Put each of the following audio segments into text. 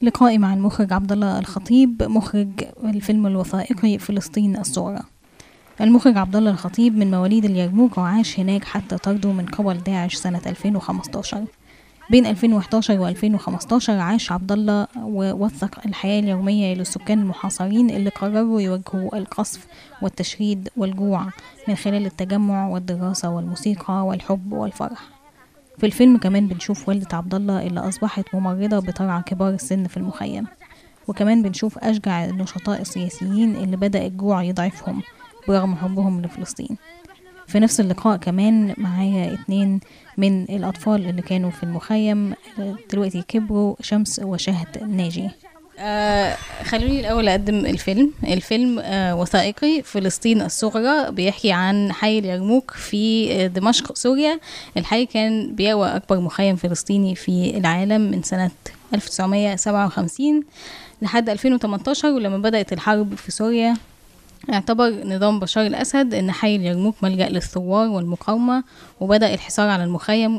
لقائي مع المخرج عبد الله الخطيب، مخرج الفيلم الوثائقي فلسطين الصغرى. المخرج عبد الله الخطيب من مواليد اليرموك وعاش هناك حتى طرده من قبل داعش سنة 2015. بين 2011 و2015 عاش عبد الله ووثق الحياة اليومية للسكان المحاصرين اللي قرروا يواجهوا القصف والتشريد والجوع من خلال التجمع والدراسة والموسيقى والحب والفرح. في الفيلم كمان بنشوف والدة عبد الله اللي أصبحت ممرضة بترعى كبار السن في المخيم، وكمان بنشوف أشجع النشطاء السياسيين اللي بدأ الجوع يضعفهم برغم حبهم لفلسطين. في نفس اللقاء كمان معايا 2 من الأطفال اللي كانوا في المخيم دلوقتي كبروا، شمس وشهد ناجي. خلوني الأول أقدم الفيلم وثائقي فلسطين الصغرى، بيحكي عن حي اليرموك في دمشق سوريا. الحي كان بيروى أكبر مخيم فلسطيني في العالم من سنة 1957 لحد 2018، ولما بدأت الحرب في سوريا اعتبر نظام بشار الأسد أن حي اليرموك ملجأ للثوار والمقاومة، وبدأ الحصار على المخيم،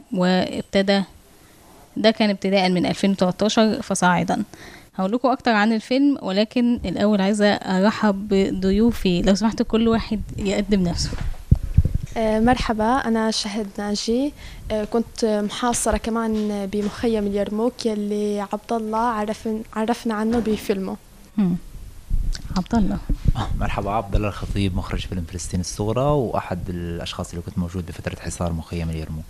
ده كان ابتداء من 2013 فصاعدا. هقول لكم اكتر عن الفيلم، ولكن الاول عايزه ارحب بضيوفي. لو سمحت كل واحد يقدم نفسه. مرحبا، انا شهد ناجي. كنت محاصره كمان بمخيم اليرموك يلي عبد الله عرفنا عنه بفيلمه. عبد الله. مرحبا، عبد الله الخطيب، مخرج فيلم فلسطين الصغرى واحد الاشخاص اللي كنت موجود بفتره حصار مخيم اليرموك.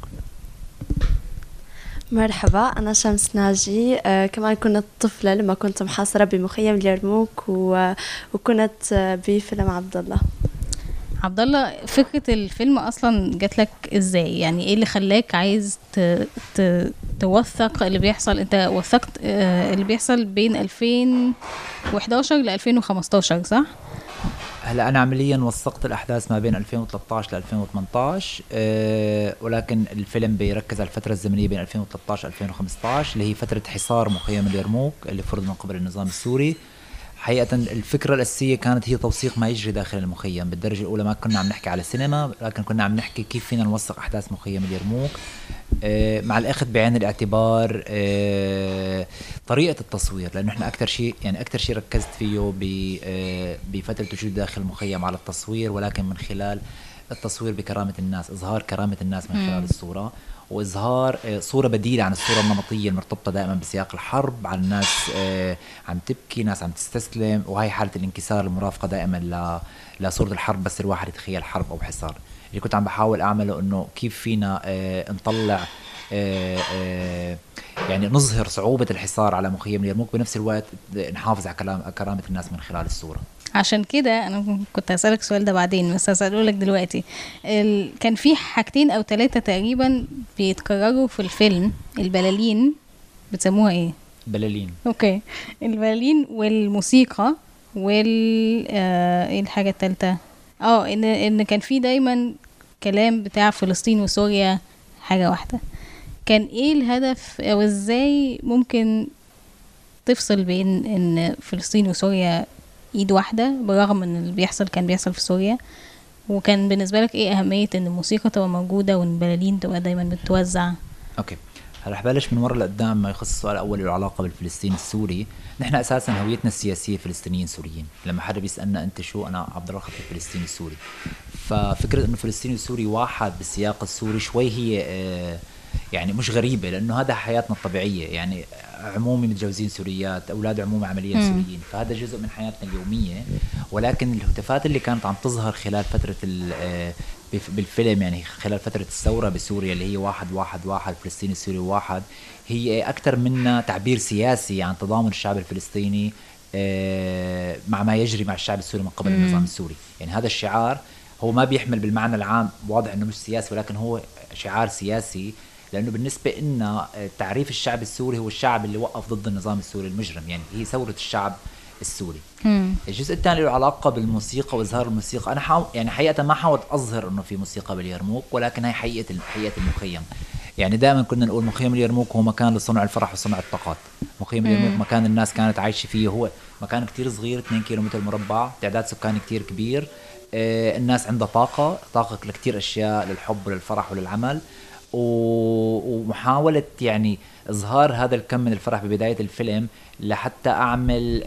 مرحبا، أنا شمس ناجي. كمان كنت طفلة لما كنت محاصرة بمخيم اليرموك وكنت بفيلم عبد الله. عبد الله، فكرة الفيلم أصلا جات لك إزاي؟ يعني إيه اللي خلاك عايز توثق اللي بيحصل؟ أنت وثقت اللي بيحصل بين 2011 ل 2015 صح؟ هلا أنا عمليا وثقت الأحداث ما بين 2013 ل 2018، ولكن الفيلم بيركز على الفترة الزمنية بين 2013 ل 2015 اللي هي فترة حصار مخيم اليرموك اللي فرض من قبل النظام السوري. حقيقة الفكرة الأساسية كانت هي توثيق ما يجري داخل المخيم. بالدرجة الأولى ما كنا عم نحكي على سينما، لكن كنا عم نحكي كيف فينا نوثق أحداث مخيم اليرموك، مع الأخذ بعين الاعتبار طريقة التصوير، لأنه إحنا أكتر شيء ركزت فيه بفترة وجود داخل المخيم على التصوير، ولكن من خلال التصوير بكرامة الناس، إظهار كرامة الناس من خلال الصورة، وإظهار صورة بديلة عن الصورة النمطية المرتبطة دائما بسياق الحرب، عن ناس عم تبكي، ناس عم تستسلم، وهي حالة الانكسار المرافقة دائما لصورة الحرب. بس الواحد يتخيل حرب أو حصار. اللي كنت عم بحاول أعمله إنه كيف فينا نطلع يعني نظهر صعوبة الحصار على مخيم اليرموك، بنفس الوقت نحافظ على كرامة الناس من خلال الصورة. عشان كده انا كنت هسألك السؤال ده بعدين، بس هسأله لك دلوقتي. كان في حاجتين او 3 تقريبا بيتكرروا في الفيلم. البلالين بتسموها ايه؟ بلالين. اوكي، البلالين والموسيقى ايه الحاجة الثالثة؟ ان كان في دايما كلام بتاع فلسطين وسوريا حاجة واحدة. كان ايه الهدف، او ازاي ممكن تفصل بين ان فلسطين وسوريا ايد واحدة برغم ان اللي كان بيحصل في سوريا؟ وكان بالنسبة لك ايه اهمية ان الموسيقى تبقى موجودة وان البلالين تبقى دايما بتوزع؟ اوكي، هلا بلش من ورا لقدام. ما يخص السؤال الاول له علاقة بالفلسطين السوري، نحن اساسا هويتنا السياسية فلسطينيين سوريين. لما حدا بيسألنا انت شو، انا عبد الله الخطيب فلسطيني السوري. ففكرة انه فلسطيني السوري واحد بالسياق السوري شوي هي يعني مش غريبة، لأنه هذا حياتنا الطبيعية. يعني عمومي متجوزين سوريات، أولاد عمومي عمليا سوريين، فهذا جزء من حياتنا اليومية. ولكن الهتافات اللي كانت عم تظهر خلال فترة بالفيلم، يعني خلال فترة الثورة بسوريا اللي هي واحد فلسطيني السوري واحد، هي أكثر منها تعبير سياسي عن تضامن الشعب الفلسطيني مع ما يجري مع الشعب السوري من قبل النظام السوري. يعني هذا الشعار هو ما بيحمل بالمعنى العام، واضح أنه مش سياسي، ولكن هو شعار سياسي، لأنه بالنسبة لنا تعريف الشعب السوري هو الشعب اللي وقف ضد النظام السوري المجرم. يعني هي ثورة الشعب السوري. الجزء الثاني له علاقة بالموسيقى وإظهار الموسيقى. أنا يعني حقيقة ما حاولت أظهر إنه في موسيقى باليرموك، ولكن هي حقيقة المخيم. يعني دائما كنا نقول مخيم اليرموك هو مكان لصنع الفرح وصنع الطاقات. مخيم اليرموك مكان الناس كانت عايشة فيه، هو مكان كتير صغير 2 كيلومتر مربع، تعداد سكاني كتير كبير. الناس عندها طاقة لكتير أشياء، للحب وللفرح وللعمل. ومحاولة يعني إظهار هذا الكم من الفرح ببداية الفيلم لحتى أعمل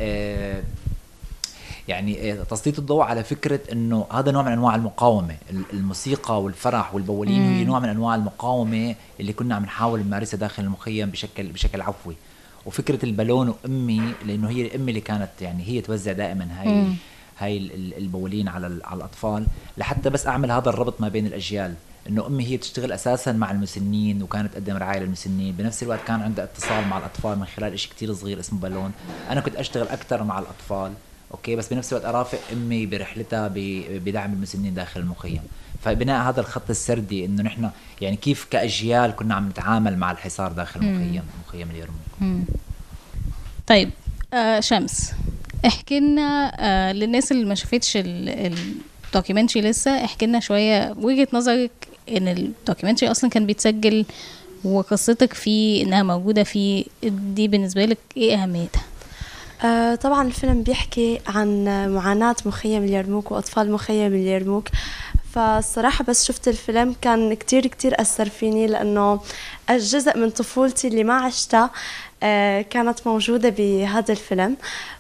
يعني تسليط الضوء على فكرة إنه هذا نوع من أنواع المقاومة. الموسيقى والفرح والبولين هي نوع من أنواع المقاومة اللي كنا عم نحاول نمارسها داخل المخيم بشكل عفوي. وفكرة البالون وأمي، لأنه هي الأم اللي كانت يعني هي توزع دائما هاي البولين على الأطفال، لحتى بس أعمل هذا الربط ما بين الأجيال، إنه أمي هي تشتغل أساسا مع المسنين وكانت تقدم رعاية للمسنين، بنفس الوقت كان عندها اتصال مع الأطفال من خلال إشي كتير صغير اسمه بالون. أنا كنت أشتغل أكتر مع الأطفال أوكي، بس بنفس الوقت أرافق أمي برحلتها بدعم المسنين داخل المخيم. فبناء هذا الخط السردي إنه نحن يعني كيف كأجيال كنا عم نتعامل مع الحصار داخل مخيم اليرموك. طيب شمس، احكي لنا للناس اللي ما شافتش الدوكيومنتري لسه، احكي لنا شويه وجهه نظرك ان الدوكيومنتري اصلا كان بيتسجل وقصتك فيه انها موجوده فيه، دي بالنسبه لك ايه اهميتها؟ طبعا الفيلم بيحكي عن معاناة مخيم اليرموك وأطفال مخيم اليرموك. فالصراحة بس شفت الفيلم كان كتير كتير أثر فيني، لأنه الجزء من طفولتي اللي ما عشتها كانت موجودة بهذا الفيلم.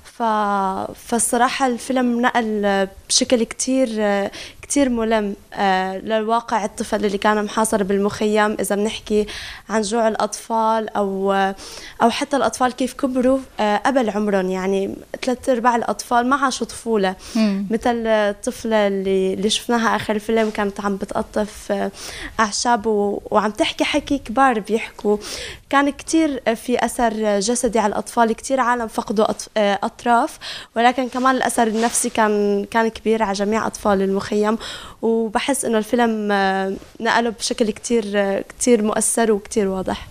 فالصراحة الفيلم نقل بشكل كتير ملم للواقع الطفل اللي كان محاصر بالمخيم، إذا بنحكي عن جوع الأطفال أو حتى الأطفال كيف كبروا قبل عمرهم. يعني 3/4 الأطفال ما عاشوا طفولة مثل الطفلة اللي شفناها آخر الفيلم، كانت عم بتقطف أعشاب وعم تحكي حكي كبار بيحكوا. كان كتير في أثر جسدي على الأطفال، كتير عالم فقدوا أطراف، ولكن كمان الأثر النفسي كان كبير على جميع أطفال المخيم. وبحس إنه الفيلم نقله بشكل كتير مؤثر وكتير واضح.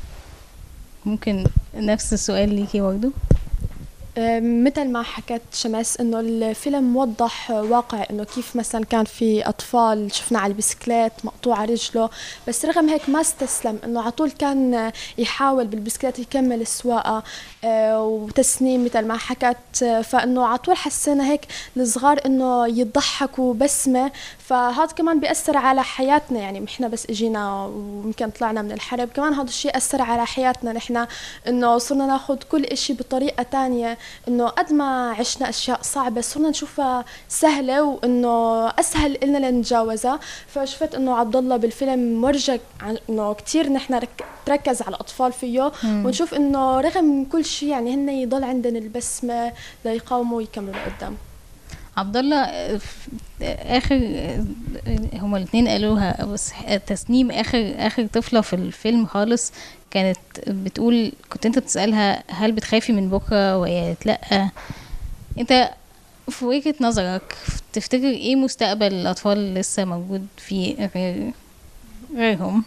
ممكن نفس السؤال ليكي برضه؟ مثل ما حكت شمس انه الفيلم وضح واقع انه كيف مثلا كان في اطفال شفنا على البسكليت مقطوعه رجله، بس رغم هيك ما استسلم، انه على طول كان يحاول بالبسكليت يكمل السواقه وتسنيم مثل ما حكت. فانه على طول حسينا هيك الصغار انه يضحكوا بسمه، فهذا كمان بيأثر على حياتنا. يعني احنا بس اجينا ويمكن طلعنا من الحرب، كمان هذا الشيء أثر على حياتنا نحن، انه صرنا ناخذ كل اشي بطريقه تانية، انه قد ما عشنا اشياء صعبه صرنا نشوفها سهله وانه اسهل لنا لنتجاوزها. فشفت انه عبد الله بالفيلم ورجك انه كثير نحن تركز على الاطفال فيه، ونشوف انه رغم كل شيء يعني هن يضل عندنا البسمه ليقاوموا ويكملوا قدام. عبد الله اخر هما الاثنين قالوها، بس تسنيم اخر طفله في الفيلم خالص كانت بتقول، كنت انت بتسالها هل بتخافي من بكره وهي قالت لا. انت في وجهه نظرك تفتكر ايه مستقبل الاطفال اللي لسه موجود فيه غيرهم؟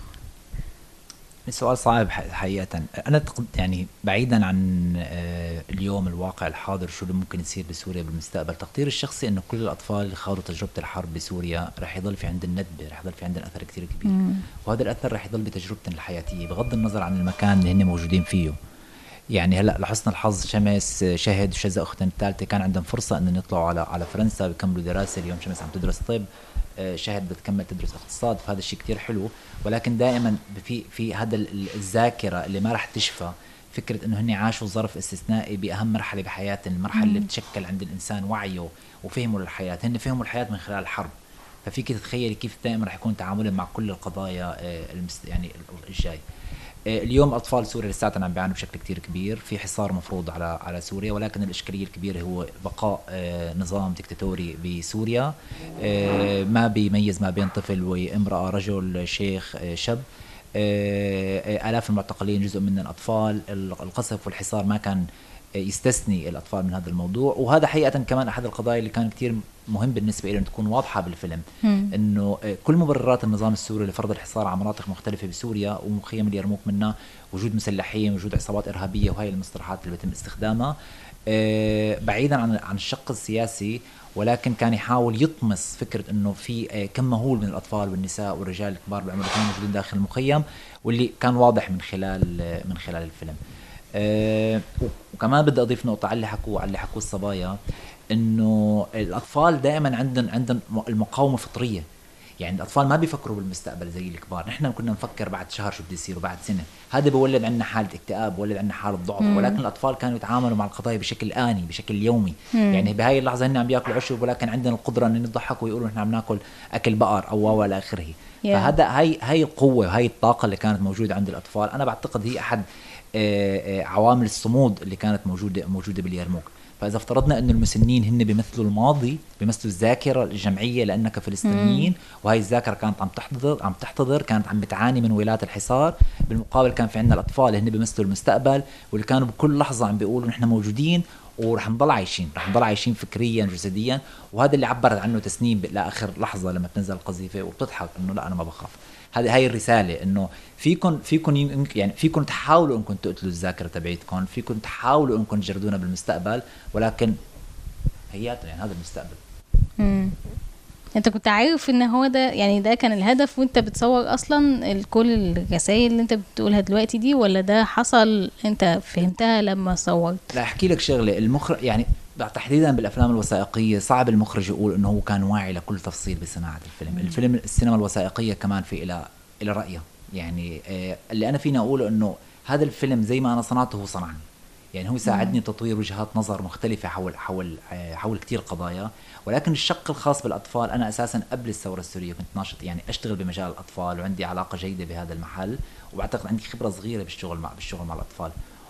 السؤال صعب حقيقة. أنا يعني بعيدا عن اليوم الواقع الحاضر شو اللي ممكن يصير بسوريا بالمستقبل، تقديري الشخصي إنه كل الأطفال اللي خاضوا تجربة الحرب بسوريا رح يضل في عندنا ندبة، رح يضل في عندنا أثر كتير كبير، وهذا الأثر رح يضل بتجربتنا الحياتية بغض النظر عن المكان اللي هن موجودين فيه. يعني هلا لحسن الحظ شمس شهد وشذا أختنا الثالثة كان عندهم فرصة إنهم يطلعوا على فرنسا ويكملوا دراسة. اليوم شمس عم تدرس طب، شهد بتكمل تدرس اقتصاد، فهذا الشيء كتير حلو. ولكن دائما في هذا الذاكرة اللي ما رح تشفى، فكرة انه هن عاشوا ظرف استثنائي باهم مرحلة بحياتهم، المرحلة اللي بتشكل عند الانسان وعيه وفهمه للحياة. هن فهموا الحياة من خلال الحرب، ففيك تتخيلي كيف دائما رح يكون تعاملهم مع كل القضايا يعني الجاي. اليوم أطفال سوريا لساتنا عم بيعانوا بشكل كتير كبير، في حصار مفروض على سوريا، ولكن الإشكالية الكبيرة هو بقاء نظام ديكتاتوري بسوريا ما بيميز ما بين طفل وامرأة، رجل، شيخ، شاب. آلاف المعتقلين جزء منهم أطفال. القصف والحصار ما كان يستثني الأطفال من هذا الموضوع، وهذا حقيقة كمان أحد القضايا اللي كان كتير مهم بالنسبة إلى أن تكون واضحة بالفيلم. إنه كل مبررات النظام السوري لفرض الحصار على مناطق مختلفة بسوريا ومخيم اليرموك منها وجود مسلحين، وجود عصابات إرهابية، وهي المصطلحات اللي بيتم استخدامها بعيدا عن الشق السياسي، ولكن كان يحاول يطمس فكرة إنه في كم مهول من الأطفال والنساء والرجال الكبار بالعمر كانوا موجودين داخل المخيم، واللي كان واضح من خلال الفيلم. وكمان بدي أضيف نقطة على اللي حكوه الصبايا، إنه الأطفال دائما عندهم المقاومة فطرية. يعني الاطفال ما بيفكروا بالمستقبل زي الكبار. نحن كنا نفكر بعد شهر شو بده يصير وبعد سنه، هذا بيولد عندنا حاله اكتئاب، بيولد عندنا حاله ضعف. ولكن الاطفال كانوا يتعاملوا مع القضايا بشكل آني، بشكل يومي. يعني بهاي اللحظه هن عم بياكلوا عشب، ولكن عندنا القدره ان نضحك ويقولوا نحن عم ناكل اكل بقر او الى اخره. فهذا هاي القوه وهي الطاقه اللي كانت موجوده عند الاطفال، انا بعتقد هي احد عوامل الصمود اللي كانت موجوده باليرموك. فاذا افترضنا انه المسنين هن بيمثلوا الماضي، بيمثلوا الذاكره الجمعيه لنا كفلسطينيين، وهي الذاكره كانت عم تحتضر، كانت عم بتعاني من ويلات الحصار. بالمقابل كان في عندنا الاطفال هن بيمثلوا المستقبل، واللي كانوا بكل لحظه عم بيقولوا نحن موجودين ورح نضل عايشين، رح نضل عايشين فكريا جسديا. وهذا اللي عبرت عنه تسنيم لاخر لحظه لما تنزل القذيفه وبتضحك انه لا انا ما بخاف. هاي الرساله انه فيكم تحاولوا انكم تقتلوا الذاكره تبعيتكم، فيكم تحاولوا انكم تجردونا بالمستقبل، ولكن هياته يعني هذا المستقبل. انت كنت عارف ان هو ده، يعني ده كان الهدف وانت بتصور اصلا كل الرسائل اللي انت بتقولها دلوقتي دي، ولا ده حصل انت فهمتها لما صورت؟ لا احكي لك شغله، المخرج يعني تحديدا بالافلام الوثائقيه صعب المخرج يقول انه هو كان واعي لكل تفصيل بصناعه الفيلم. السينما الوثائقيه كمان في الى رايها. يعني اللي انا فينا اقوله انه هذا الفيلم زي ما انا صنعته هو صنعني. يعني هو ساعدني تطوير وجهات نظر مختلفه حول كثير قضايا. ولكن الشق الخاص بالاطفال، انا اساسا قبل الثوره السوريه كنت ناشط، يعني اشتغل بمجال الاطفال وعندي علاقه جيده بهذا المحل، وبعتقد عندي خبره صغيره بالشغل مع الاطفال.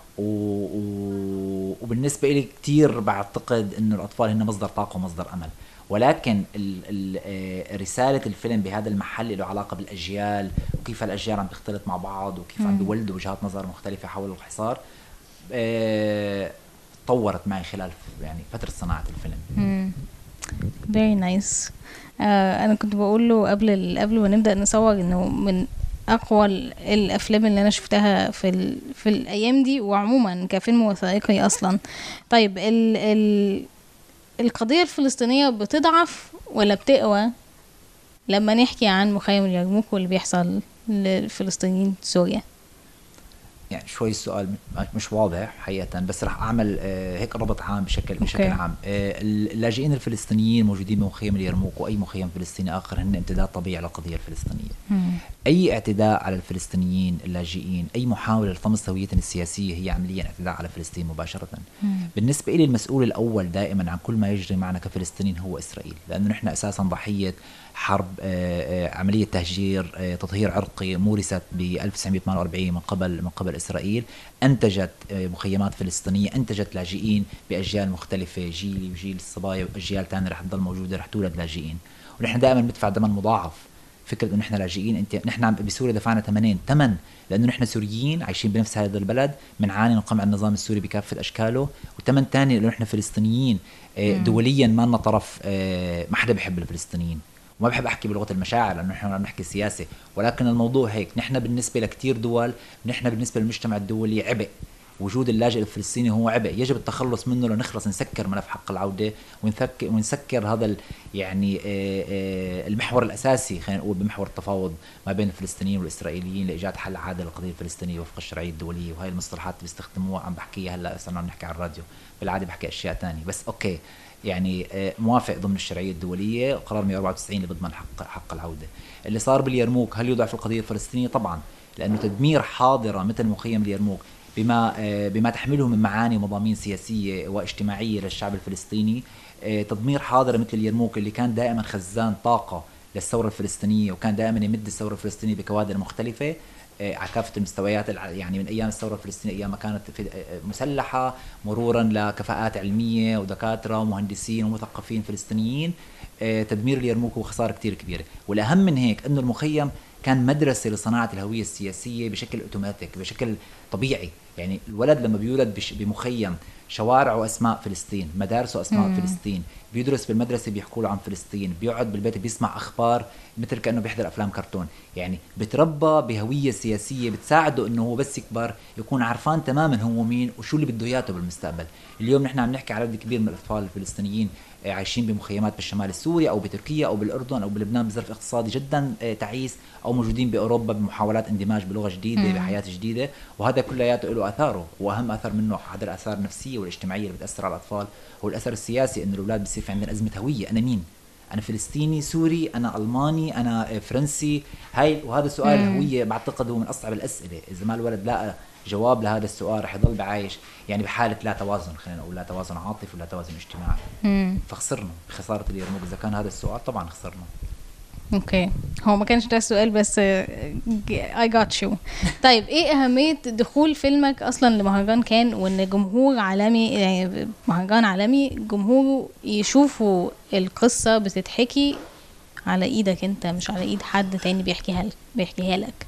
وبالنسبه لي كثير بعتقد انه الاطفال هن مصدر طاقه ومصدر امل. ولكن رساله الفيلم بهذا المحل له علاقه بالاجيال، وكيف الاجيال عم تختلط مع بعض، وكيف عم بيولدوا وجهات نظر مختلفه حول الحصار. طورت معي خلال يعني فتره صناعه الفيلم. very nice. انا كنت بقول له قبل ما نبدا نصور انه من اقوى الافلام اللي انا شفتها في الايام دي، وعموما كفيلم وثائقي اصلا. طيب القضيه الفلسطينيه بتضعف ولا بتقوى لما نحكي عن مخيم اليرموك واللي بيحصل للفلسطينيين سوريا؟ يعني شوي السؤال مش واضح حقيقة، بس رح أعمل هيك ربط عام بشكل عام. اللاجئين الفلسطينيين موجودين بمخيم اليرموك وأي مخيم فلسطيني آخر هن امتداد طبيعي للقضية الفلسطينية. أي اعتداء على الفلسطينيين اللاجئين، أي محاولة لطمس هويتهم السياسية، هي عمليا اعتداء على فلسطين مباشرة. بالنسبة لي المسؤول الأول دائما عن كل ما يجري معنا كفلسطينيين هو إسرائيل، لأنه نحن أساسا ضحية حرب، عملية تهجير، تطهير عرقي مورست ب 1948 من قبل إسرائيل، أنتجت مخيمات فلسطينية، أنتجت لاجئين بأجيال مختلفة، جيلي وجيل الصبايا وأجيال تانية رح تضل موجودة، رح تولد لاجئين. ونحن دائما ندفع ثمن مضاعف. فكرة إنه نحن لاجئين، نحن بسوريا دفعنا ثمن، لأنه نحن سوريين عايشين بنفس هذا البلد، بنعاني من قمع النظام السوري بكافة أشكاله. وثمن تاني إنه نحن فلسطينيين دوليا ما لنا طرف، ما حدا بيحب الفلسطينيين. وما بحب أحكي بلغة المشاعر لأنه نحن بنحكي سياسة، ولكن الموضوع هيك. نحن بالنسبة لكتير دول، نحن بالنسبة للمجتمع الدولي عبء. وجود اللاجئ الفلسطيني هو عبء يجب التخلص منه لنخلص، نسكر ملف حق العودة ونسكر هذا يعني المحور الأساسي، خلينا نقول بمحور التفاوض ما بين الفلسطينيين والإسرائيليين لإيجاد حل عادل للقضية الفلسطينية وفق الشرعية الدولية. وهي المصطلحات بيستخدموها عم بحكيها هلا، صرنا بنحكي على الراديو، بالعادة بحكي أشياء تانية، بس أوكي يعني موافق ضمن الشرعية الدولية. قرار 194 اللي بضمن حق العودة. اللي صار باليرموك هل يضعف القضية الفلسطينية؟ طبعا، لأنه تدمير حاضرة مثل مخيم اليرموك بما تحمله من معاني ومضامين سياسية واجتماعية للشعب الفلسطيني، تدمير حاضرة مثل اليرموك اللي كان دائما خزان طاقة للثورة الفلسطينية، وكان دائما يمد الثورة الفلسطينية بكوادر مختلفة على كافة المستويات، يعني من أيام الثورة الفلسطينية، أيام ما كانت مسلحة، مرورا لكفاءات علمية ودكاترة ومهندسين ومثقفين فلسطينيين. تدمير اليرموك هو خسارة كتير كبيرة. والأهم من هيك أنه المخيم كان مدرسة لصناعة الهوية السياسية بشكل اوتوماتيك، بشكل طبيعي. يعني الولد لما بيولد بمخيم، شوارعه أسماء فلسطين، مدارسه أسماء فلسطين، بيدرس بالمدرسة بيحكوا له عن فلسطين، بيقعد بالبيت بيسمع أخبار مثل كأنه بيحضر أفلام كرتون. يعني بتربى بهوية سياسية بتساعده إنه هو بس يكبر يكون عارفان تماما هو مين وشو اللي بده إياه بالمستقبل. اليوم نحن عم نحكي على عدد كبير من الأطفال الفلسطينيين عايشين بمخيمات بالشمال السوري أو بتركيا أو بالأردن أو بلبنان بظرف اقتصادي جدا تعيس، أو موجودين بأوروبا بمحاولات اندماج بلغة جديدة بحياة جديدة. وهذا كلياته له آثاره، وأهم أثر منه هذا الآثار النفسية والاجتماعية اللي بتأثر على الأطفال، هو الأثر السياسي، إنه الأولاد بيصير في عندنا أزمة هوية. أنا مين؟ انا فلسطيني سوري، انا الماني، انا فرنسي؟ وهذا سؤال الهويه بعتقد هو من اصعب الاسئله. اذا ما الولد لقى جواب لهذا السؤال رح يضل بعايش يعني بحاله لا توازن، خلينا نقول لا توازن عاطفي ولا توازن اجتماعي. فخسرنا بخساره اليرموك اذا كان هذا السؤال، طبعا خسرنا. اوكي، هو ما كانش ده السؤال بس I got you. طيب ايه اهمية دخول فيلمك اصلا لمهرجان كان، وان جمهور عالمي يعني مهرجان عالمي جمهوره يشوفوا القصة بتتحكي على ايدك انت مش على ايد حد تاني بيحكيها لك؟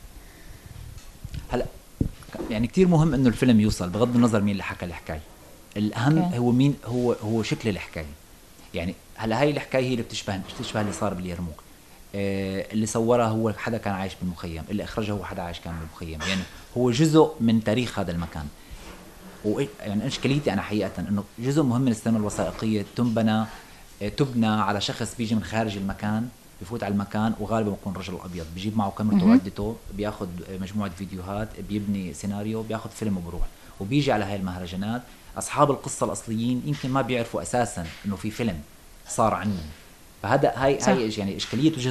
هلا يعني كتير مهم انه الفيلم يوصل بغض النظر مين اللي حكى الحكاية. الاهم هو مين، هو شكل الحكاية. يعني هلا هاي الحكاية هي اللي بتشبه اللي صار باليرموك. اللي صورها هو حدا كان عايش بالمخيم، اللي اخرجها هو حدا عايش كان بالمخيم، يعني هو جزء من تاريخ هذا المكان. يعني اشكاليتي انا حقيقه انه جزء مهم من السينما الوثائقيه تبنى على شخص بيجي من خارج المكان، بفوت على المكان وغالبا بيكون رجل ابيض، بيجيب معه كاميرته وعدته، بياخذ مجموعه فيديوهات، بيبني سيناريو، بياخذ فيلم وبروح، وبيجي على هاي المهرجانات. اصحاب القصه الاصليين يمكن ما بيعرفوا اساسا انه في فيلم صار عنه. فهذا هاي يعني اشكاليه وجهه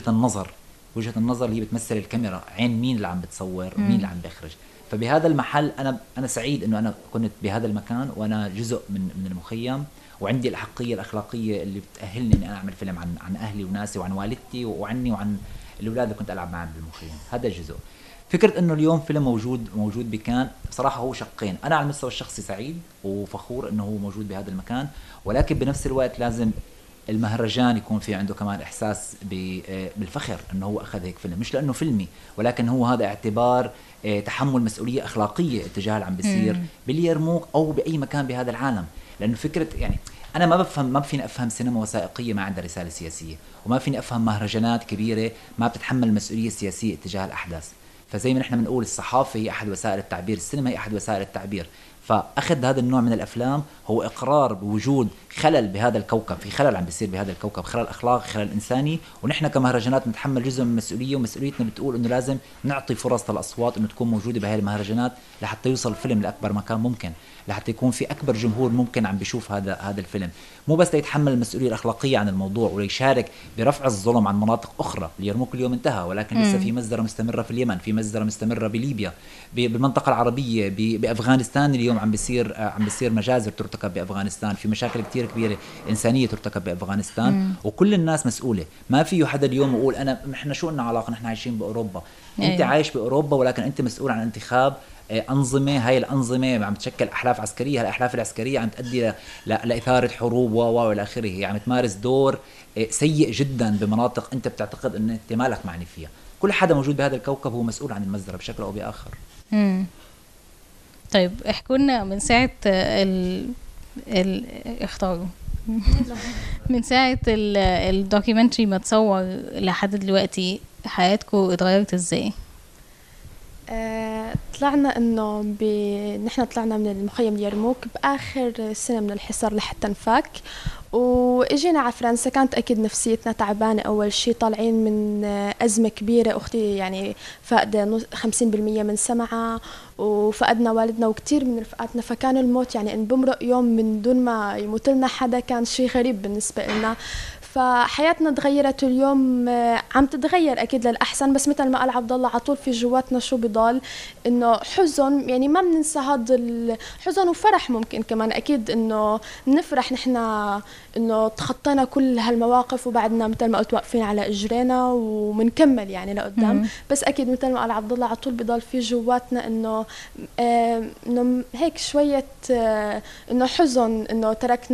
النظر اللي بتمثل الكاميرا، عين مين اللي عم بتصور ومين اللي عم بيخرج. فبهذا المحل انا سعيد انه انا كنت بهذا المكان وانا جزء من المخيم، وعندي الأحقية الأخلاقية اللي بتأهلني إني أنا أعمل فيلم عن أهلي وناسي وعن والدتي وعني وعن الأولاد اللي كنت ألعب معهم بالمخيم. هذا جزء. فكرة إنه اليوم فيلم موجود بكان، بصراحة هو شقين. أنا على المستوى الشخصي سعيد وفخور إنه هو موجود بهذا المكان، ولكن بنفس الوقت لازم المهرجان يكون في عنده كمان إحساس بالفخر إنه هو أخذ هيك فيلم، مش لأنه فيلمي، ولكن هو هذا اعتبار تحمل مسؤولية أخلاقية اتجاه اللي عم بيصير باليرموك أو بأي مكان بهذا العالم. لأنه فكرة يعني أنا ما فيني أفهم سينما وثائقية ما عندها رسالة سياسية، وما فيني أفهم مهرجانات كبيرة ما بتتحمل المسؤولية السياسية اتجاه الأحداث. فزي ما نحن بنقول الصحافة هي أحد وسائل التعبير، السينما هي أحد وسائل التعبير. فأخذ هذا النوع من الأفلام هو إقرار بوجود خلل بهذا الكوكب، في خلل عم بيصير بهذا الكوكب، خلل أخلاقي، خلل إنساني، ونحن كمهرجانات نتحمل جزء من المسؤولية، ومسؤوليتنا بتقول إنه لازم نعطي فرص للأصوات إنه تكون موجودة بهذه المهرجانات لحتى يوصل الفيلم لأكبر مكان ممكن، لحتى يكون في أكبر جمهور ممكن عم بيشوف هذا الفيلم، مو بس ليتحمل المسؤولية الأخلاقية عن الموضوع وليشارك برفع الظلم عن مناطق أخرى. اليرموك اليوم انتهى، ولكن لسه في مزدرة مستمرة في اليمن، في مزدرة مستمرة بليبيا، بالمنطقة العربية، بأفغانستان اليوم عم بيصير مجازر ترتكب بأفغانستان، في مشاكل كتير كبيرة إنسانية ترتكب بأفغانستان. وكل الناس مسؤولة، ما في حدا اليوم يقول إحنا شو لنا علاقة، نحن عايشين بأوروبا. أنت عايش بأوروبا، ولكن أنت مسؤول عن انتخاب أنظمة، هاي الأنظمة عم تشكل أحلاف عسكرية، هالأحلاف العسكرية عم تؤدي لإثارة حروب وإلى آخره. هي عم تمارس دور سيء جدا بمناطق أنت بتعتقد أن أنت مالك معني فيها. كل حدا موجود بهذا الكوكب هو مسؤول عن المزرعة بشكل أو بآخر. طيب احكوا لنا من ساعة اختاروا من ساعة الدوكيومنتري ما تصور لحد دلوقتي حياتكم اتغيرت ازاي؟ طلعنا انه نحن طلعنا من المخيم اليرموك باخر سنه من الحصار لحتى نفك، واجينا على فرنسا. كانت اكيد نفسيتنا تعبانه اول شيء، طالعين من ازمه كبيره. اختي يعني فقد 50% من سمعها، وفقدنا والدنا وكتير من رفقاتنا، فكان الموت يعني ان بمرق يوم من دون ما يموت لنا حدا كان شيء غريب بالنسبه لنا. فحياتنا تغيرت، اليوم عم تتغير اكيد للاحسن، بس مثل ما قال عبد الله على طول في جواتنا شو بضل انه حزن، يعني ما بننسى هذا الحزن وفرح ممكن كمان. اكيد انه بنفرح نحن انه تخطينا كل هالمواقف وبعدنا مثل ما قلت واقفين على اجرينا ومنكمل يعني لقدام. بس اكيد مثل ما قال عبد الله على طول بضل في جواتنا انه هيك شويه انه حزن انه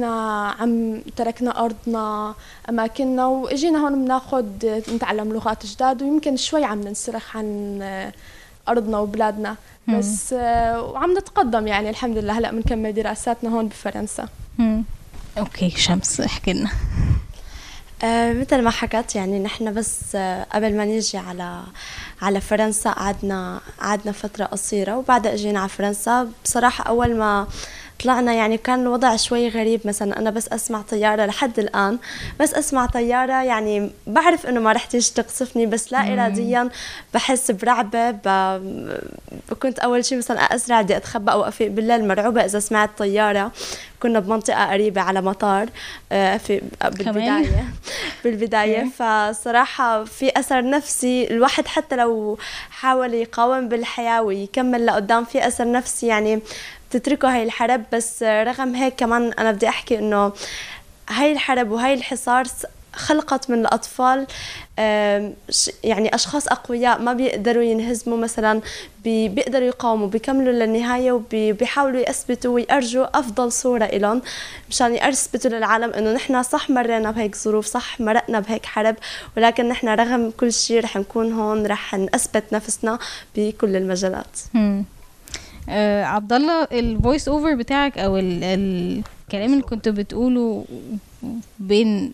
تركنا ارضنا اماكننا واجينا هون بناخذ نتعلم لغات جداد، ويمكن شوي عم ننسرح عن ارضنا وبلادنا، بس وعم نتقدم يعني الحمد لله. هلا بنكمل دراساتنا هون بفرنسا. اوكي شمس احكي لنا. مثل ما حكت يعني نحن بس قبل ما نيجي على فرنسا قعدنا فترة قصيرة، وبعدها اجينا على فرنسا. بصراحة اول ما طلعنا يعني كان الوضع شوي غريب. مثلا أنا بس أسمع طيارة لحد الآن، بس أسمع طيارة يعني بعرف إنه ما رح تيجي تقصفني، بس لا إراديا بحس برعبة. كنت أول شيء مثلا أسرع بدي أتخبأ أو أفيق بالليل مرعوبة إذا سمعت طيارة. كنا بمنطقة قريبة على مطار في بالبداية فصراحة في أثر نفسي. الواحد حتى لو حاول يقاوم بالحياة ويكمل لقدام في أثر نفسي يعني بتتركه هاي الحرب. بس رغم هيك كمان أنا بدي أحكي إنه هاي الحرب وهاي الحصار خلقت من الأطفال يعني أشخاص أقوياء ما بيقدروا ينهزموا. مثلا بيقدروا يقاوموا، بيكملوا للنهاية وبيحاولوا يثبتوا ويأرجوا أفضل صورة إلهم مشان يثبتوا للعالم إنه نحن صح مرينا بهيك ظروف، صح مرقنا بهيك حرب، ولكن نحن رغم كل شيء رح نكون هون، رح نثبت نفسنا بكل المجالات. عبد الله، الفويس اوفر بتاعك او الكلام اللي كنت بتقوله بين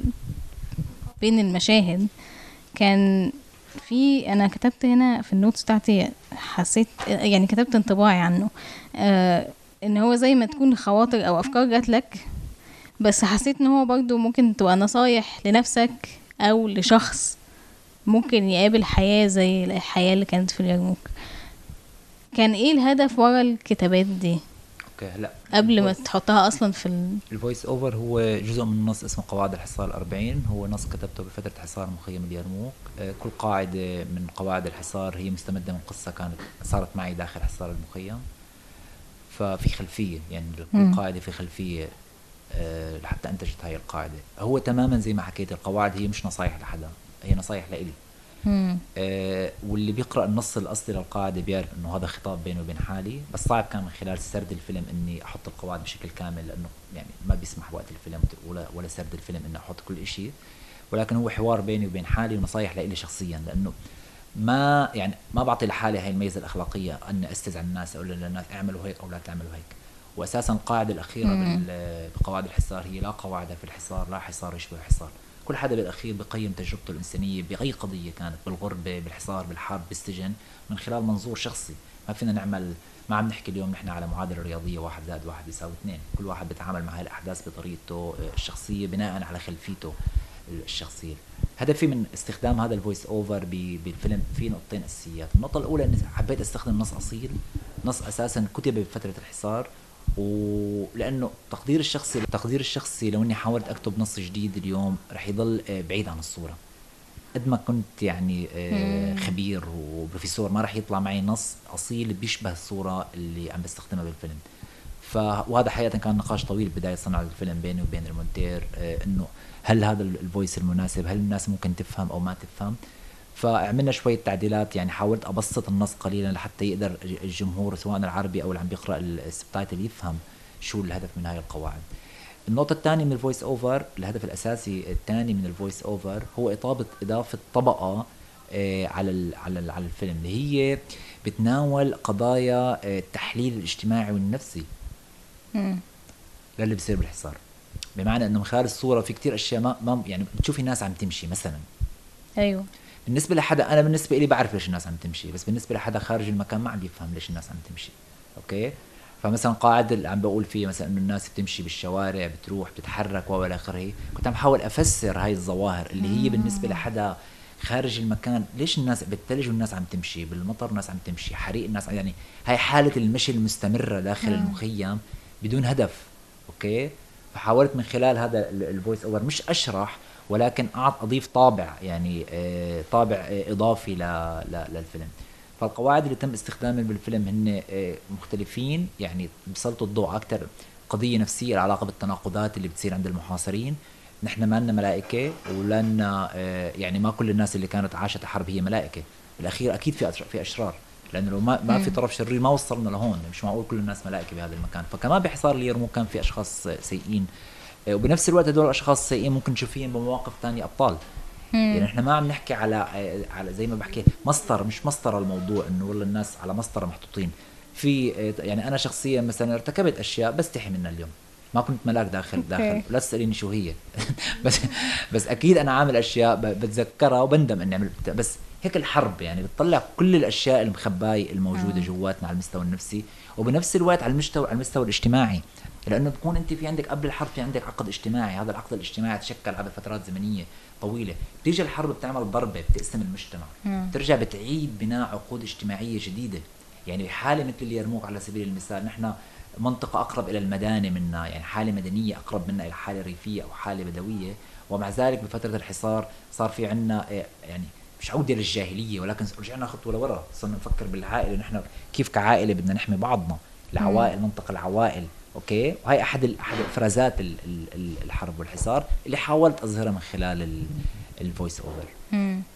المشاهد كان في، انا كتبت هنا في النوتس بتاعتي، حسيت يعني كتبت انطباعي عنه ان هو زي ما تكون خواطر او افكار جات لك، بس حسيت ان هو برضو ممكن تبقى نصايح لنفسك او لشخص ممكن يقابل حياة زي الحياة اللي كانت في اليرموك. كان ايه الهدف ورا الكتابات دي؟ اوكي هلا قبل ما تحطها اصلا في الفويس اوفر هو جزء من نص اسمه قواعد الحصار 40. هو نص كتبته بفتره حصار مخيم اليرموك. كل قاعده من قواعد الحصار هي مستمده من قصه كانت صارت معي داخل حصار المخيم. ففي خلفيه، يعني كل قاعده في خلفيه لحتى انتجت هاي القاعده. هو تماما زي ما حكيت، القواعد هي مش نصايح لحدا، هي نصايح لإلي. واللي بيقرأ النص الأصلي للقاعدة بيعرف إنه هذا خطاب بيني وبين حالي. بس صعب كان من خلال سرد الفيلم إني أحط القواعد بشكل كامل، لأنه يعني ما بيسمح وقت الفيلم ولا سرد الفيلم إني أحط كل إشي. ولكن هو حوار بيني وبين حالي ونصايح لإلي شخصيا، لأنه ما بعطي لحالي هاي الميزة الأخلاقية أن أستزعل الناس أقول للناس اعملوا هيك أو لا تعملوا هيك. وأساسا القاعدة الأخيرة بقواعد الحصار هي لا قواعد في الحصار، لا حصار يشبه الحصار. كل حدا بالأخير بقيم تجربته الإنسانية بأي قضية كانت، بالغربة، بالحصار، بالحرب، بالسجن، من خلال منظور شخصي. ما فينا نعمل، ما عم نحكي اليوم نحن على معادلة رياضية 1+1=2. كل واحد بيتعامل مع هاي الأحداث بطريقته الشخصية بناء على خلفيته الشخصية. هدفي من استخدام هذا الفويس اوفر بالفيلم في نقطتين أساسيات. النقطة الأولى أني حبيت أستخدم نص أصيل، نص أساسا كتب بفترة الحصار، ولأنه تقدير الشخصي لو اني حاولت اكتب نص جديد اليوم رح يضل بعيد عن الصورة. قد ما كنت يعني خبير وبروفيسور ما رح يطلع معي نص اصيل بيشبه الصورة اللي عم بستخدمها بالفيلم. وهذا حقيقة كان نقاش طويل بداية صنع الفيلم بيني وبين المونتير، انه هل هذا الفويس المناسب، هل الناس ممكن تفهم او ما تفهم. فعملنا شوية تعديلات، يعني حاولت أبسط النص قليلا لحتى يقدر الجمهور سواء العربي أو اللي عم بيقرأ السبتايتل يفهم شو الهدف من هاي القواعد. النقطة الثانية من الفويس أوفر، الهدف الأساسي الثاني من الفويس أوفر هو إضافة طبقة على الفيلم، اللي هي بتناول قضايا التحليل الاجتماعي والنفسي للي بيصير بالحصار. بمعنى إنه من خلال الصورة في كتير أشياء ما يعني بتشوفي ناس عم تمشي مثلا. أيوه. بالنسبة لحدا، أنا بالنسبة لي بعرف ليش الناس عم تمشي، بس بالنسبة لحدا خارج المكان ما عم بيفهم ليش الناس عم تمشي. أوكي. فمثلا قاعدة اللي عم بقول فيه مثلا إنه الناس بتمشي بالشوارع، بتروح بتتحرك وإلى آخره، كنت عم حاول أفسر هاي الظواهر اللي هي بالنسبة لحدا خارج المكان. ليش الناس بالثلج والناس عم تمشي، بالمطر الناس عم تمشي، حريق الناس، يعني هاي حالة المشي المستمرة داخل المخيم بدون هدف. أوكي. فحاولت من خلال هذا الفويس اوفر مش اشرح، ولكن اضيف طابع، يعني طابع اضافي للفيلم. فالقواعد اللي تم استخدامها بالفيلم هن مختلفين، يعني بسلطوا الضوء اكثر قضيه نفسيه العلاقه بالتناقضات اللي بتصير عند المحاصرين. نحن ما لنا ملائكه، ولنا يعني ما كل الناس اللي كانت عاشت حرب هي ملائكه. بالاخير اكيد في اشرار، لانه لو ما في طرف شرير ما وصلنا لهون. مش معقول كل الناس ملائكه بهذا المكان. فكمان بحصار اليرموك كان في اشخاص سيئين، وبنفس الوقت هدول الاشخاص السيئين ممكن تشوفيهم بمواقف ثانيه ابطال. يعني احنا ما عم نحكي على زي ما بحكي مش مسطره الموضوع، انه والله الناس على مسطره محطوطين في. يعني انا شخصيا مثلا ارتكبت اشياء بستحي منها اليوم، ما كنت ملاك داخل لا تساليني شو هي. بس اكيد انا عامل اشياء بتذكرها وبندم اني عملت، بس هيك الحرب يعني بتطلع كل الاشياء المخبايه الموجوده جواتنا على المستوى النفسي، وبنفس الوقت على المستوى الاجتماعي، لانه بتكون انت في عندك قبل الحرب في عندك عقد اجتماعي، هذا العقد الاجتماعي تشكل على فترات زمنيه طويله، بتيجي الحرب بتعمل ضربه بتقسم المجتمع، بترجع بتعيد بناء عقود اجتماعيه جديده. يعني حاله مثل اليرموك على سبيل المثال، نحن منطقه اقرب الى المدانه منا، يعني حاله مدنيه اقرب منا الى حاله ريفيه او حاله بدويه، ومع ذلك بفتره الحصار صار في عندنا يعني مش عودة للجاهلية، ولكن رجعنا خطوة لورا، صرنا نفكر بالعائلة، نحن كيف كعائلة بدنا نحمي بعضنا، العوائل، منطق العوائل، اوكي. وهي احد افرازات الحرب والحصار اللي حاولت اظهرها من خلال الفويس اوفر.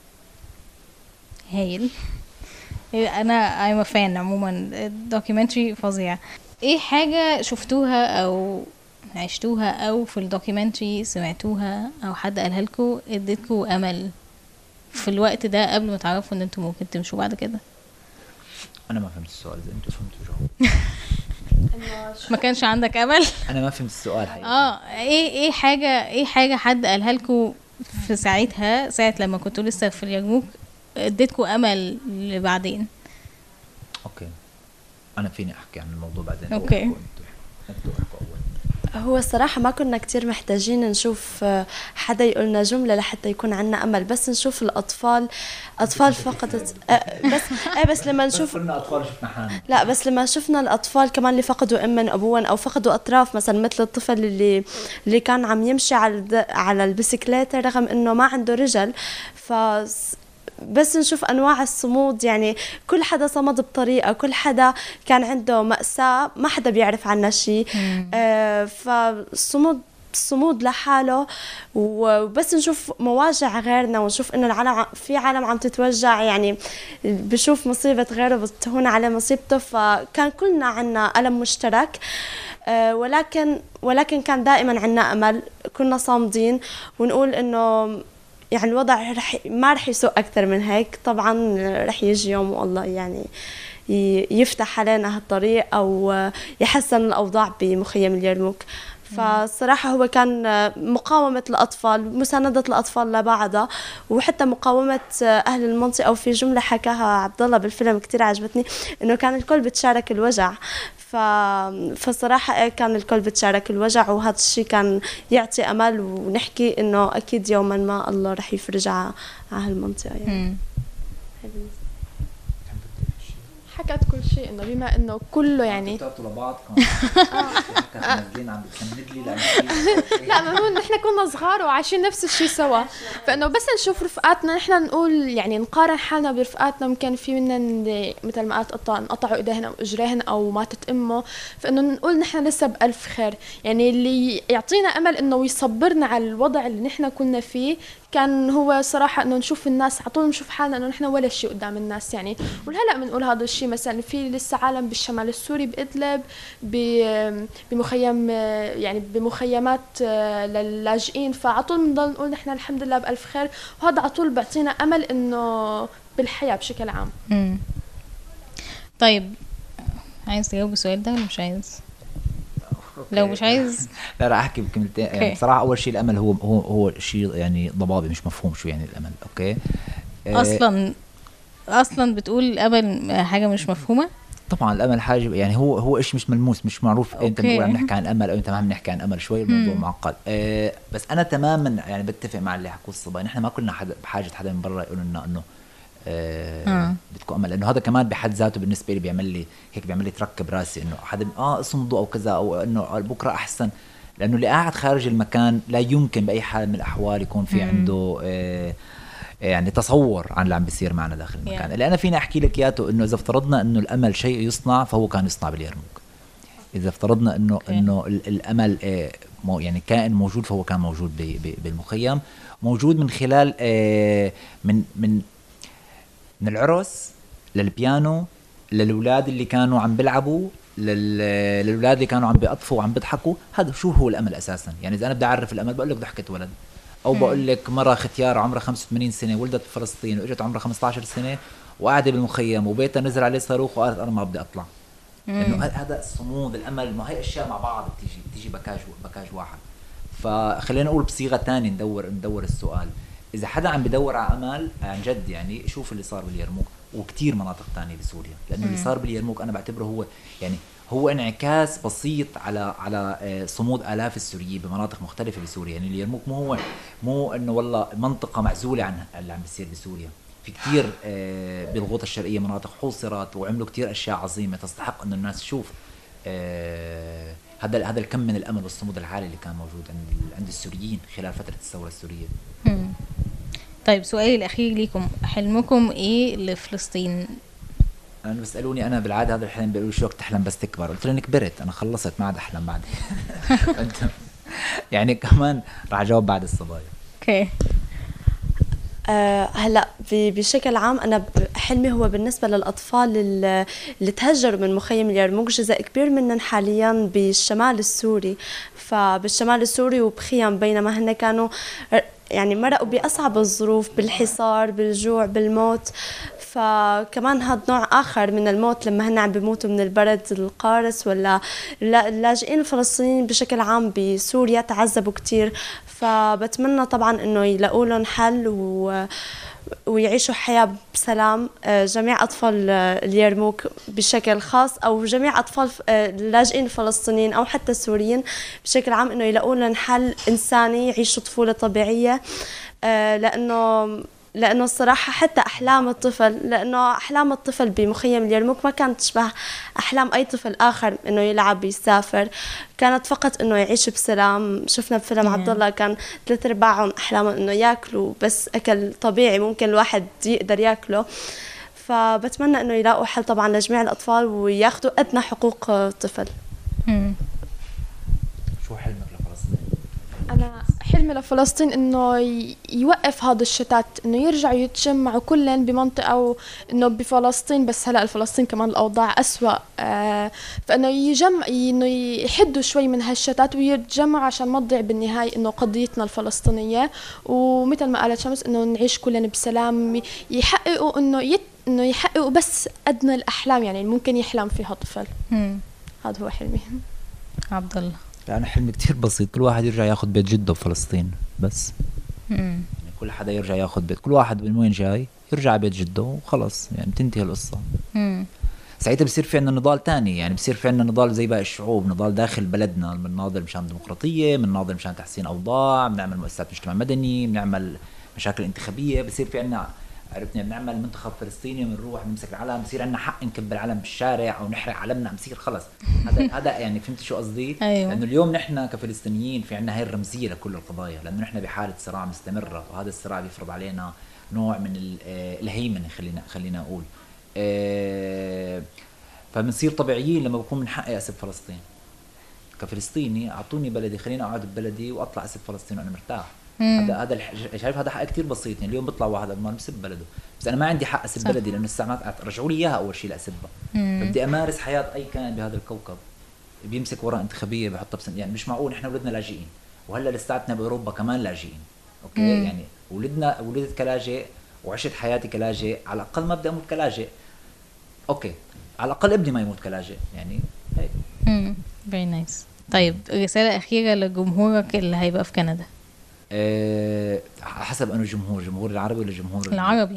هايل. انا I'm a fan عموما، الدوكيومنتري فظيع. ايه حاجة شفتوها او عشتوها او في الدوكيومنتري سمعتوها او حد قالها لكم اديتكم امل في الوقت ده قبل ما تعرفوا ان انتم ممكن تمشوا بعد كده؟ انا ما فهمت السؤال، اذا انتوا فهمتوا جاوب. ما كانش عندك امل؟ انا ما فهمت السؤال حقيقة. ايه حاجه حد قالها لكم في ساعتها، ساعه لما كنتوا لسه في اليرموك، اديتكم امل لبعدين؟ اوكي، انا فيني احكي عن الموضوع بعدين. اوكي، انتوا احكوا اول. هو الصراحة ما كنا كتير محتاجين نشوف حدا يقولنا جملة لحتى يكون عنا أمل، بس نشوف الأطفال فقدت بس لما نشوف كنا أطفال شفنا حالنا. لا، بس لما شفنا الأطفال كمان اللي فقدوا أم من أبوهم أو فقدوا أطراف، مثلا مثل الطفل اللي كان عم يمشي على البسكليتة رغم إنه ما عنده رجل، بس نشوف أنواع الصمود، يعني كل حدا صمد بطريقة، كل حدا كان عنده مأساة ما حدا بيعرف عنها شيء. فالصمود لحاله، وبس نشوف مواجع غيرنا ونشوف إنه العالم في عالم عم تتوجع، يعني بشوف مصيبة غيره بتهون عليه مصيبته، فكان كلنا عنا ألم مشترك. ولكن كان دائما عنا أمل، كنا صامدين ونقول إنه يعني الوضع ما رح يسوء أكثر من هيك، طبعا رح يجي يوم والله يعني يفتح علينا هالطريق أو يحسن الأوضاع بمخيم اليرموك. فالصراحة هو كان مقاومة الأطفال، مساندة الأطفال لبعضها، وحتى مقاومة أهل المنطقة. وفي جملة حكاها عبد الله بالفيلم كتير عجبتني، إنه كان الكل بتشارك الوجع. فالصراحة كان الكل بتشارك الوجع، وهذا الشيء كان يعطي أمل، ونحكي إنه أكيد يوما ما الله رح يفرج على هالمنطقة يعني. حكت كل شيء، انه بما انه كله يعني بتعطوا لبعض كمان نازلين عم بتسند لي لا، ما هو نحن كنا صغار وعايشين نفس الشيء سوا، فانه بس نشوف رفقاتنا نحن نقول يعني نقارن حالنا برفقاتنا، ممكن في منا مثل ما قالت انقطعوا ايديهن او اجريهن او ماتت امه، فانه نقول نحن لسه بألف خير. يعني اللي يعطينا امل انه يصبرنا على الوضع اللي نحن كنا فيه كان هو صراحة إنه نشوف الناس على طول، نشوف حالنا إنه نحن ولا شيء قدام الناس يعني. وهلأ بنقول هذا الشيء، مثلا في لسه عالم بالشمال السوري بإدلب بمخيم، يعني بمخيمات للاجئين، فعلى طول بنضل نقول نحن الحمد لله بألف خير، وهذا على طول بيعطينا أمل إنه بالحياة بشكل عام. طيب، عايز تجاوب السؤال ده ولا مش عايز؟ لو مش عايز لا راح احكي بكلمتين. يعني بصراحه اول شيء الامل هو شيء يعني ضبابي مش مفهوم شو يعني الامل. اوكي، اصلا بتقول الامل حاجه مش مفهومه. طبعا الامل حاجه يعني هو شيء مش ملموس مش معروف. انت بتقول عم نحكي عن امل او انت ما عم نحكي عن امل، شوي الموضوع معقد. بس انا تماما يعني بتفق مع اللي حكوا الصبايا، نحن ما كنا بحاجه حدا من برا يقول لنا انه بدكم امل، لانه هذا كمان بحد ذاته بالنسبه لي بيعمل لي تركب راسي انه حدا اصمدوا او كذا، او انه بكره احسن، لانه اللي قاعد خارج المكان لا يمكن باي حال من الاحوال يكون في عنده يعني تصور عن اللي عم بيصير معنا داخل المكان. اللي انا فيني احكي لك اياه انه اذا افترضنا انه الامل شيء يصنع فهو كان يصنع باليرموك. اذا افترضنا انه الامل يعني كائن موجود فهو كان موجود بالمخيم، موجود من خلال من العرس للبيانو، للأولاد اللي كانوا عم بيلعبوا، للأولاد اللي كانوا عم بيقطفوا وعم بيضحكوا. هذا شو هو الأمل أساساً؟ يعني إذا أنا بدي أعرف الأمل بقول لك ضحكة ولد، أو بقول لك مرة ختيارة عمرها 85 سنة ولدت بفلسطين وإجت عمرها 15 سنة وقاعدة بالمخيم وبيتها نزل عليه صاروخ وقالت أنا ما بدي أطلع. إنه هذا الصمود، الأمل، ما هي أشياء مع بعض بتيجي بكاج واحد. فخلينا نقول بصيغة تانية ندور السؤال. اذا حدا عم بدور على امل عن جد يعني شوف اللي صار باليرموك وكتير مناطق تانية بسوريا، لانه اللي صار باليرموك انا بعتبره هو يعني هو انعكاس بسيط على صمود آلاف السوريين بمناطق مختلفة بسوريا. يعني اليرموك مو انه والله منطقة معزولة عن اللي عم بيصير بسوريا، في كتير بالغوطة الشرقية مناطق حوصرت وعملوا كتير اشياء عظيمة تستحق انه الناس تشوف هذا الكم من الامل والصمود العالي اللي كان موجود عند السوريين خلال فترة الثورة السورية. طيب سؤالي الاخير ليكم، حلمكم ايه لفلسطين؟ انا بيسالوني انا بالعاده هذا الحلم بيقولوا شو وقت تحلم بس تكبر، قلت لهم كبرت انا خلصت ما عاد احلم بعد. انت يعني كمان راح اجاوب بعد الصبايا. اوكي. هلا بشكل عام انا حلمي هو بالنسبه للاطفال اللي تهجروا من مخيم اليرموك، جزء كبير منهم حاليا بالشمال السوري، فبالشمال السوري وبخيم، بينما هن كانوا يعني مرقوا بأصعب الظروف، بالحصار، بالجوع، بالموت. فكمان هذا نوع آخر من الموت لما هن عم بيموتوا من البرد القارس، ولا اللاجئين الفلسطينيين بشكل عام بسوريا تعذبوا كتير. فبتمنى طبعا انه يلاقوا لهم حل ويعيشوا حياة بسلام، جميع أطفال اليرموك بشكل خاص، أو جميع أطفال اللاجئين الفلسطينيين أو حتى السوريين بشكل عام، إنه يلاقوا لهم حل إنساني يعيشوا طفولة طبيعية. لأنه الصراحة حتى أحلام الطفل بمخيم اليرموك ما كانت تشبه أحلام أي طفل آخر، إنه يلعب يسافر، كانت فقط إنه يعيش بسلام. شفنا بفيلم عبد الله كان 3/4 أحلامه إنه يأكلوا بس أكل طبيعي ممكن الواحد يقدر يأكله. فبتمنى إنه يلاقوا حل طبعا لجميع الأطفال وياخدوا أدنى حقوق الطفل. شو حلمك لفلسطين؟ أنا حلمي لفلسطين إنه يوقف هذا الشتات، إنه يرجعوا يتجمعوا كلن بمنطقة، إنه بفلسطين، بس هلأ الفلسطين كمان الأوضاع أسوأ، فإنه إنه يحدوا شوي من هالشتات ويتجمعوا عشان ما تضيع بالنهاية إنه قضيتنا الفلسطينية. ومثل ما قالت شمس إنه نعيش كلن بسلام، يحققوا إنه يحققوا بس أدنى الأحلام يعني ممكن يحلم فيها طفل. هذا هو حلمي. عبد الله؟ يعني حلمي كتير بسيط، كل واحد يرجع ياخد بيت جده بفلسطين بس. يعني كل حدا يرجع ياخد بيت، كل واحد من وين جاي يرجع بيت جده وخلص، يعني بتنتهي القصة. ساعتها بصير في عنا نضال تاني، يعني بصير في عنا نضال زي باقي الشعوب، نضال داخل بلدنا، بنناضل مشان ديمقراطية، بنناضل مشان تحسين أوضاع، بنعمل مؤسسات مجتمع مدني، بنعمل مشاكل انتخابية، بصير في عنا عرفنا بنعمل منتخب فلسطيني، بنروح بنمسك العلم، بصير عنا حق نكب العلم بالشارع او نحرق علمنا، بصير خلص. هذا يعني فهمت شو قصدي؟ أيوة. لانه اليوم نحن كفلسطينيين في عنا هاي الرمزيه لكل القضايا، لانه نحن بحاله صراع مستمره، وهذا الصراع بيفرض علينا نوع من الهيمنه، خلينا اقول. فبنصير طبيعيين لما بكون من حقي اسب فلسطين. كفلسطيني اعطوني بلدي، خليني اقعد ببلدي واطلع اسب فلسطين وانا مرتاح. هذا شايف هذا حق كتير بسيط. يعني اليوم بيطلع واحد ما بسب بلده، بس انا ما عندي حق اسب بلدي، لانه الساعات رجعوا لي اياها اول شيء لاسبها. بدي امارس حياه اي كائن بهذا الكوكب بيمسك وراء انتخابيه بحطها يعني مش معقول احنا ولدنا لاجئين، وهلا لساتنا باوروبا كمان لاجئين. اوكي يعني ولدت كلاجئ وعشت حياتي كلاجئ، على الاقل ما بدي اموت كلاجئ. اوكي على الاقل ابني ما يموت كلاجئ، يعني هيك. very nice. طيب رساله اخيره لجمهورك اللي هيبقى في كندا. حسب انه جمهور العربي ولا جمهور العربي؟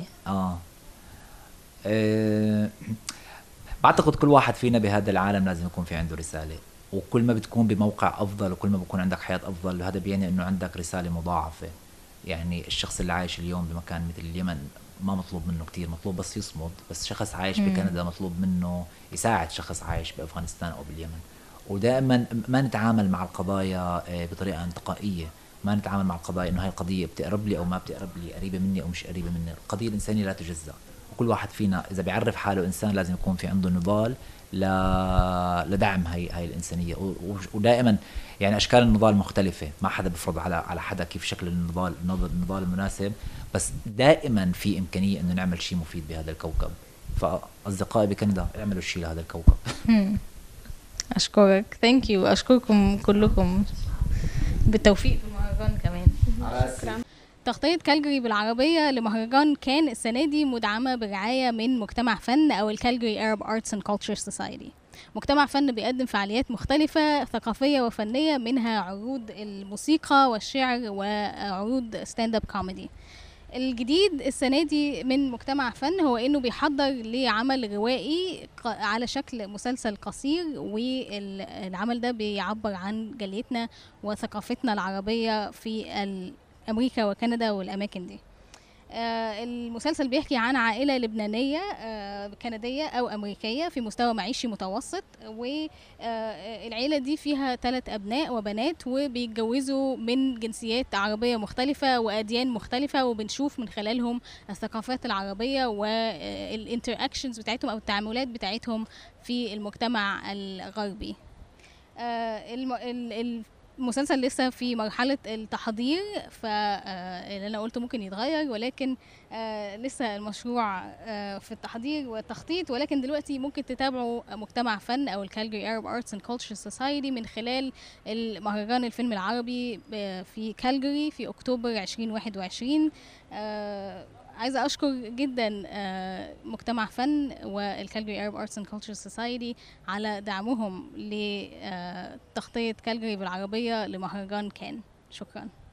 بعتقد كل واحد فينا بهذا العالم لازم يكون في عنده رسالة، وكل ما بتكون بموقع أفضل وكل ما بكون عندك حياة أفضل، هذا بيعني أنه عندك رسالة مضاعفة. يعني الشخص اللي عايش اليوم بمكان مثل اليمن ما مطلوب منه كتير، مطلوب بس يصمد. بس شخص عايش بكندا مطلوب منه يساعد شخص عايش بأفغانستان أو باليمن. ودائما ما نتعامل مع القضايا بطريقة انتقائية، ما نتعامل مع القضايا انه هاي القضيه بتقرب لي او ما بتقرب لي، قريبه مني او مش قريبه مني. القضيه الانسانيه لا تجزأ، وكل واحد فينا اذا بيعرف حاله انسان لازم يكون في عنده نضال لدعم هاي الانسانيه. ودائما يعني اشكال النضال مختلفه، ما حدا بيفرض على حدا كيف شكل النضال المناسب، بس دائما في امكانيه انه نعمل شيء مفيد بهذا الكوكب. فاصدقائي بكندا اعملوا شيء لهذا الكوكب. اشكرك. ثانك يو. اشكركم كلكم بالتوفيق في المهرجان كمان. تغطية كالجري بالعربية لمهرجان كان السنة دي مدعمة برعاية من مجتمع فن أو الكالجري Arab Arts and Culture Society. مجتمع فن بيقدم فعاليات مختلفة ثقافية وفنية، منها عروض الموسيقى والشعر وعروض ستاند اب كوميدي. الجديد السنة دي من مجتمع فن هو انه بيحضر لعمل روائي على شكل مسلسل قصير، والعمل ده بيعبر عن جاليتنا وثقافتنا العربية في امريكا وكندا والاماكن دي. المسلسل بيحكي عن عائلة لبنانية كندية أو أمريكية في مستوى معيشي متوسط، والعائلة دي فيها 3 أبناء وبنات وبيتجوزوا من جنسيات عربية مختلفة وأديان مختلفة، وبنشوف من خلالهم الثقافات العربية والانتراكشنز بتاعتهم أو التعاملات بتاعتهم في المجتمع الغربي. المسلسل لسه في مرحلة التحضير، فاللي أنا قلته ممكن يتغير، ولكن لسه المشروع في التحضير والتخطيط. ولكن دلوقتي ممكن تتابعوا مجتمع فن أو الكالجري Arab Arts and Culture Society من خلال المهرجان الفيلم العربي في كالجري في أكتوبر 2021. عايزة أشكر جدا مجتمع فن والكالجري Arab Arts and Culture Society على دعمهم لتغطية كالجري بالعربية لمهرجان كان. شكرا.